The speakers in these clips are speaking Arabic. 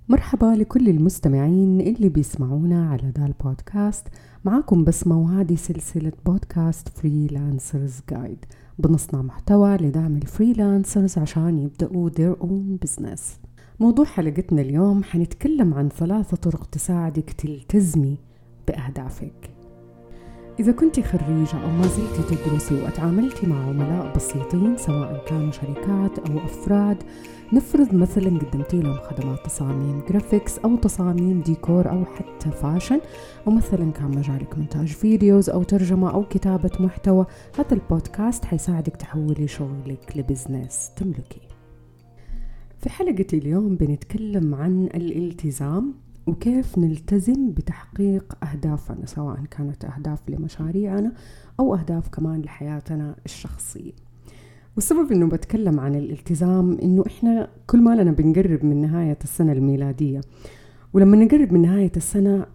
مرحبا لكل المستمعين اللي بيسمعونا على ذا البودكاست. معاكم بسمة، وهذه سلسلة بودكاست فريلانسرز جايد. بنصنع محتوى لدعم الفريلانسرز عشان يبدأوا their own business. موضوع حلقتنا اليوم حنتكلم عن 3 طرق تساعدك تلتزمي بأهدافك. إذا كنت خريجة أو ما زلت تدرسي وأتعاملتي مع عملاء بسيطين سواء كانوا شركات أو أفراد، نفرض مثلا قدمتي لهم خدمات تصاميم جرافيكس أو تصاميم ديكور أو حتى فاشن، أو مثلا كان مجالك مونتاج فيديوز أو ترجمة أو كتابة محتوى، هذا البودكاست حيساعدك تحولي شغلك لبزنس تملكي. في حلقة اليوم بنتكلم عن الالتزام وكيف نلتزم بتحقيق أهدافنا، سواء كانت أهداف لمشاريعنا أو أهداف كمان لحياتنا الشخصية. والسبب إنه بتكلم عن الالتزام إنه إحنا كل ما لنا بنقرب من نهاية السنة الميلادية، ولما نقرب من نهاية السنة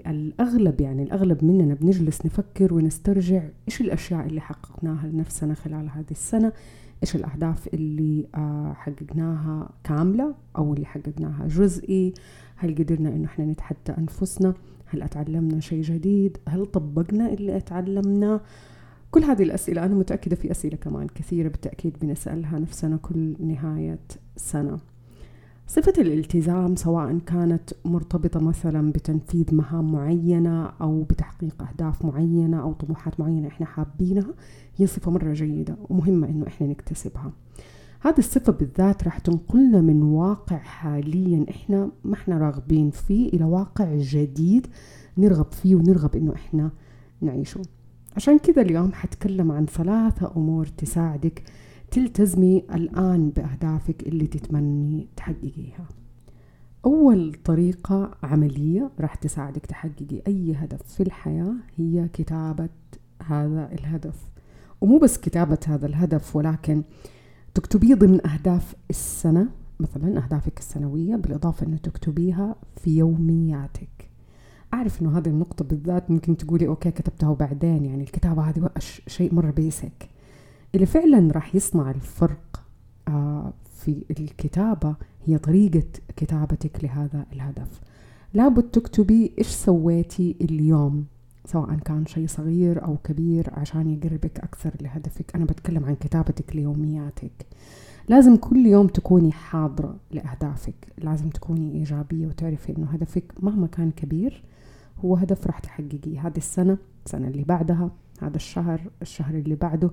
الأغلب مننا بنجلس نفكر ونسترجع إيش الأشياء اللي حققناها لنفسنا خلال هذه السنة، إيش الأهداف اللي حققناها كاملة أو اللي حققناها جزئي، هل قدرنا إنه إحنا نتحدى أنفسنا، هل أتعلمنا شيء جديد، هل طبقنا اللي أتعلمنا. كل هذه الأسئلة أنا متأكدة في أسئلة كمان كثيرة بالتأكيد بنسألها نفسنا كل نهاية سنة. صفة الالتزام سواء كانت مرتبطة مثلا بتنفيذ مهام معينة أو بتحقيق أهداف معينة أو طموحات معينة إحنا حابينها، هي صفة مرة جيدة ومهمة إنه إحنا نكتسبها. هذه الصفة بالذات راح تنقلنا من واقع حاليا إحنا ما إحنا راغبين فيه إلى واقع جديد نرغب فيه ونرغب إنه إحنا نعيشه. عشان كذا اليوم حتكلم عن 3 أمور تساعدك تلتزمي الآن بأهدافك اللي تتمني تحققيها. أول طريقة عملية راح تساعدك تحققي أي هدف في الحياة هي كتابة هذا الهدف، ومو بس كتابة هذا الهدف ولكن تكتبيه ضمن أهداف السنة، مثلا أهدافك السنوية، بالإضافة أنه تكتبيها في يومياتك. أعرف أنه هذه النقطة بالذات ممكن تقولي أوكي كتبتها وبعدين، يعني الكتابة هذه شيء مرة بيسك. اللي فعلا راح يصنع الفرق في الكتابة هي طريقة كتابتك لهذا الهدف. لابد تكتبي إيش سويتي اليوم، سواء كان شيء صغير أو كبير، عشان يقربك أكثر لهدفك. أنا بتكلم عن كتابتك ليومياتك. لازم كل يوم تكوني حاضرة لأهدافك، لازم تكوني إيجابية وتعرفي إنه هدفك مهما كان كبير هو هدف راح تحققيه هذه السنة اللي بعدها، هذا الشهر اللي بعده،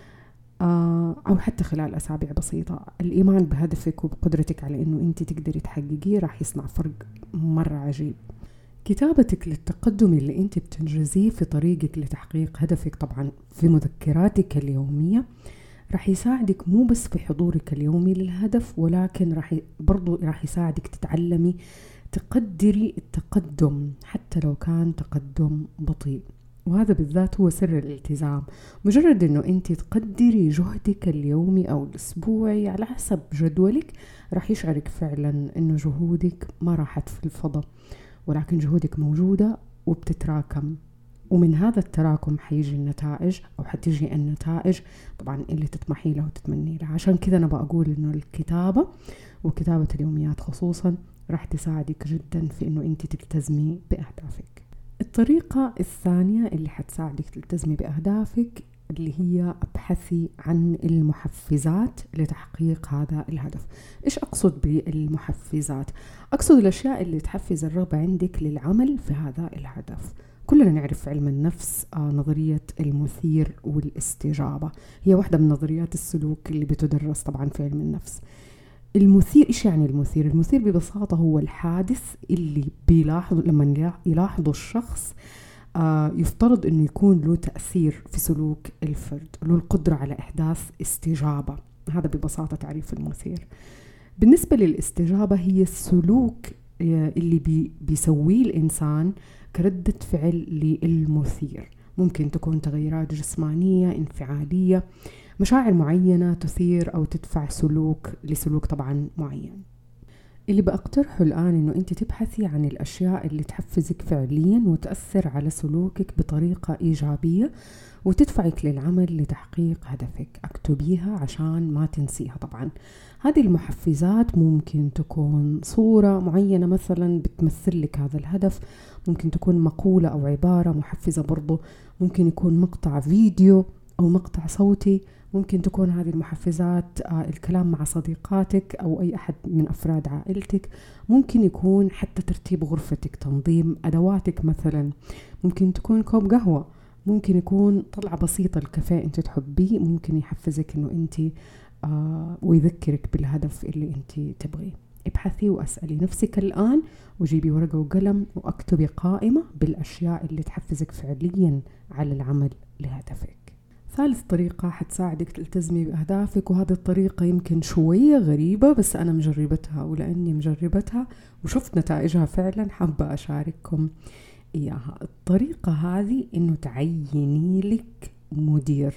أو حتى خلال أسابيع بسيطة. الإيمان بهدفك وبقدرتك على إنه أنت تقدري تحققيه راح يصنع فرق مرة عجيب. كتابتك للتقدم اللي أنت بتنجزيه في طريقك لتحقيق هدفك طبعا في مذكراتك اليومية راح يساعدك مو بس في حضورك اليومي للهدف، ولكن برضو راح يساعدك تتعلمي تقدري التقدم حتى لو كان تقدم بطيء. وهذا بالذات هو سر الالتزام. مجرد انه انت تقدري جهدك اليومي او الاسبوعي على حسب جدولك، راح يشعرك فعلا انه جهودك ما راحت في الفضاء، ولكن جهودك موجودة وبتتراكم، ومن هذا التراكم حيجي النتائج أو حتيجي النتائج طبعا اللي تطمحي له وتتمني له. عشان كذا أنا بقول إنه الكتابة وكتابة اليوميات خصوصا راح تساعدك جدا في إنه أنت تلتزمي بأهدافك. الطريقة الثانية اللي حتساعدك تلتزمي بأهدافك اللي هي ابحثي عن المحفزات لتحقيق هذا الهدف. إيش أقصد بالمحفزات؟ أقصد الأشياء اللي تحفز الرغبة عندك للعمل في هذا الهدف. كلنا نعرف في علم النفس نظرية المثير والاستجابة، هي واحدة من نظريات السلوك اللي بتدرس طبعا في علم النفس. المثير، إيش يعني المثير؟ المثير ببساطة هو الحادث اللي لما يلاحظه الشخص يفترض أنه يكون له تأثير في سلوك الفرد، له القدرة على إحداث استجابة. هذا ببساطة تعريف المثير. بالنسبة للاستجابة هي السلوك اللي بيسويه الإنسان كردة فعل للمثير. ممكن تكون تغيرات جسمانية، انفعالية، مشاعر معينة تثير أو تدفع لسلوك طبعا معين. اللي بقترحه الآن إنه أنت تبحثي عن الأشياء اللي تحفزك فعليا وتأثر على سلوكك بطريقة إيجابية وتدفعك للعمل لتحقيق هدفك. اكتبيها عشان ما تنسيها. طبعا هذه المحفزات ممكن تكون صورة معينة مثلا بتمثل لك هذا الهدف، ممكن تكون مقولة أو عبارة محفزة برضو، ممكن يكون مقطع فيديو أو مقطع صوتي، ممكن تكون هذه المحفزات الكلام مع صديقاتك أو أي أحد من أفراد عائلتك، ممكن يكون حتى ترتيب غرفتك، تنظيم أدواتك مثلا، ممكن تكون كوب قهوة، ممكن يكون طلعة بسيطة الكافيه أنت تحبيه، ممكن يحفزك أنه أنت ويذكرك بالهدف اللي أنت تبغيه. ابحثي وأسألي نفسك الآن وجيبي ورقة وقلم واكتبي قائمة بالأشياء اللي تحفزك فعليا على العمل لهدفك. ثالث طريقة حتساعدك تلتزمي بأهدافك، وهذه الطريقة يمكن شوية غريبة بس أنا مجربتها، ولأني مجربتها وشفت نتائجها فعلا حابة أشارككم إياها. الطريقة هذه إنه تعيني لك مدير،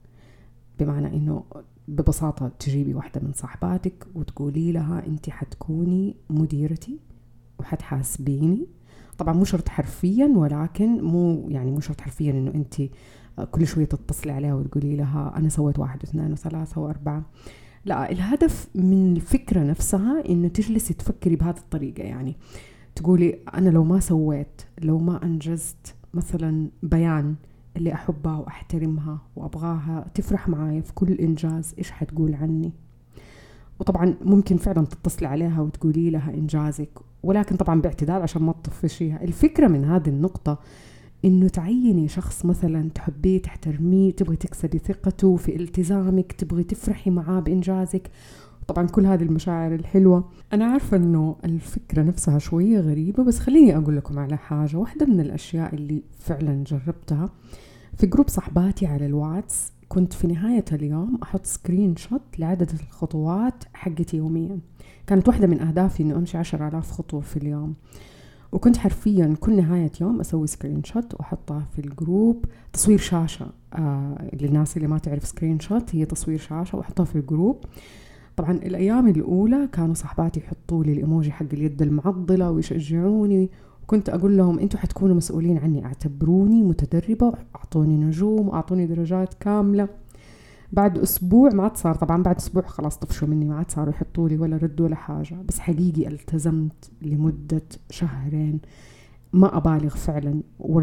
بمعنى إنه ببساطة تجيبي واحدة من صاحباتك وتقولي لها أنت حتكوني مديرتي وحتحاسبيني. طبعا مو شرط حرفيا، ولكن مو شرط حرفيا إنه أنت كل شوية تتصلي عليها وتقولي لها أنا سويت 1 و2 و3 و4. لا، الهدف من الفكرة نفسها إنه تجلسي تفكري بهذه الطريقة. يعني تقولي أنا لو ما سويت، لو ما أنجزت مثلا بيان اللي أحبها وأحترمها وأبغاها تفرح معايا في كل إنجاز، إيش حتقول عني؟ وطبعا ممكن فعلا تتصلي عليها وتقولي لها إنجازك، ولكن طبعا باعتدال عشان ما تطفشيها. الفكرة من هذه النقطة إنه تعيني شخص مثلا تحبيه تحترميه، تبغي تكسبي ثقته في التزامك، تبغي تفرحي معاه بإنجازك، طبعا كل هذه المشاعر الحلوة. أنا عارفة إنه الفكرة نفسها شوية غريبة، بس خليني أقول لكم على حاجة. واحدة من الأشياء اللي فعلا جربتها في جروب صحباتي على الواتس، كنت في نهاية اليوم أحط سكرين شوت لعدد الخطوات حقتي يوميا. كانت واحدة من أهدافي إنه أمشي 10,000 خطوة في اليوم، وكنت حرفيا كل نهاية يوم أسوي سكرين شوت وأحطها في الجروب. تصوير شاشة، للناس اللي ما تعرف سكرين شوت هي تصوير شاشة، وأحطها في الجروب. طبعا الأيام الأولى كانوا صحباتي يحطوا لي الإيموجي حق اليد المعضلة ويشجعوني، وكنت أقول لهم أنتوا حتكونوا مسؤولين عني، اعتبروني متدربة، أعطوني نجوم وأعطوني درجات كاملة. بعد أسبوع ما عاد صار، طبعا بعد أسبوع خلاص طفشوا مني، ما عاد صاروا يحطوا لي ولا رد ولا حاجة. بس حقيقي التزمت لمدة 2 شهر، ما أبالغ فعلا.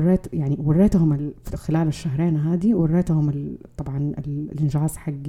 وريتهم خلال 2 شهر هذه وريتهم طبعا الإنجاز حقي.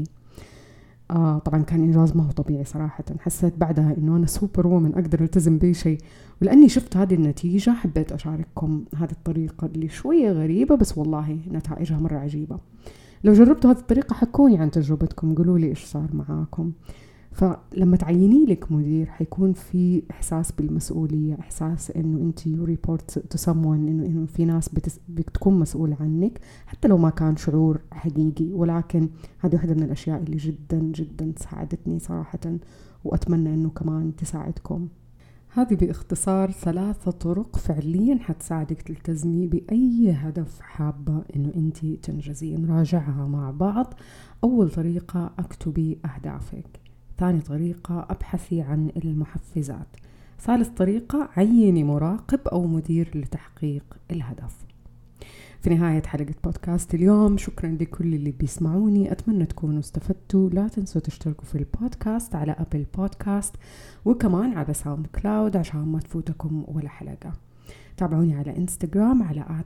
طبعا كان إنجاز ما هو طبيعي صراحة. حسيت بعدها إنه أنا سوبر وومن، أقدر ألتزم بأي شيء. ولأني شفت هذه النتيجة حبيت أشارككم هذه الطريقة اللي شوية غريبة، بس والله نتائجها مرة عجيبة. لو جربتوا هذه الطريقة حكوني عن تجربتكم، قولوا لي إيش صار معاكم. فلما تعيني لك مدير حيكون في إحساس بالمسؤولية، إحساس إنه أنت you report to someone، إنه في ناس بتكون مسؤول عنك، حتى لو ما كان شعور حقيقي. ولكن هذه واحدة من الأشياء اللي جدا جدا ساعدتني صراحة، وأتمنى إنه كمان تساعدكم. هذه باختصار 3 طرق فعليا حتساعدك تلتزمي بأي هدف حابة إنه أنت تنجزيه. نراجعها مع بعض. أول طريقة، أكتبي أهدافك. ثاني طريقة، أبحثي عن المحفزات. ثالث طريقة، عيني مراقب أو مدير لتحقيق الهدف. في نهاية حلقة بودكاست اليوم، شكرا لكل اللي بيسمعوني، أتمنى تكونوا استفدتوا. لا تنسوا تشتركوا في البودكاست على أبل بودكاست وكمان على ساوند كلاود عشان ما تفوتكم ولا حلقة. تابعوني على إنستغرام على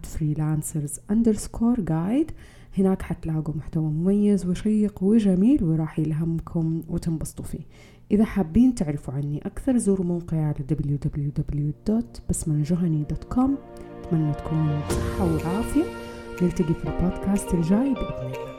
@freelancers_guide. هناك حتلاقوا محتوى مميز وشيق وجميل وراح يلهمكم وتنبسطوا فيه. إذا حابين تعرفوا عني أكثر زوروا موقعي على www.basmanjohani.com. أتمنى تكونوا بصحة وعافية. نلتقي في البودكاست الجاي بإذن الله.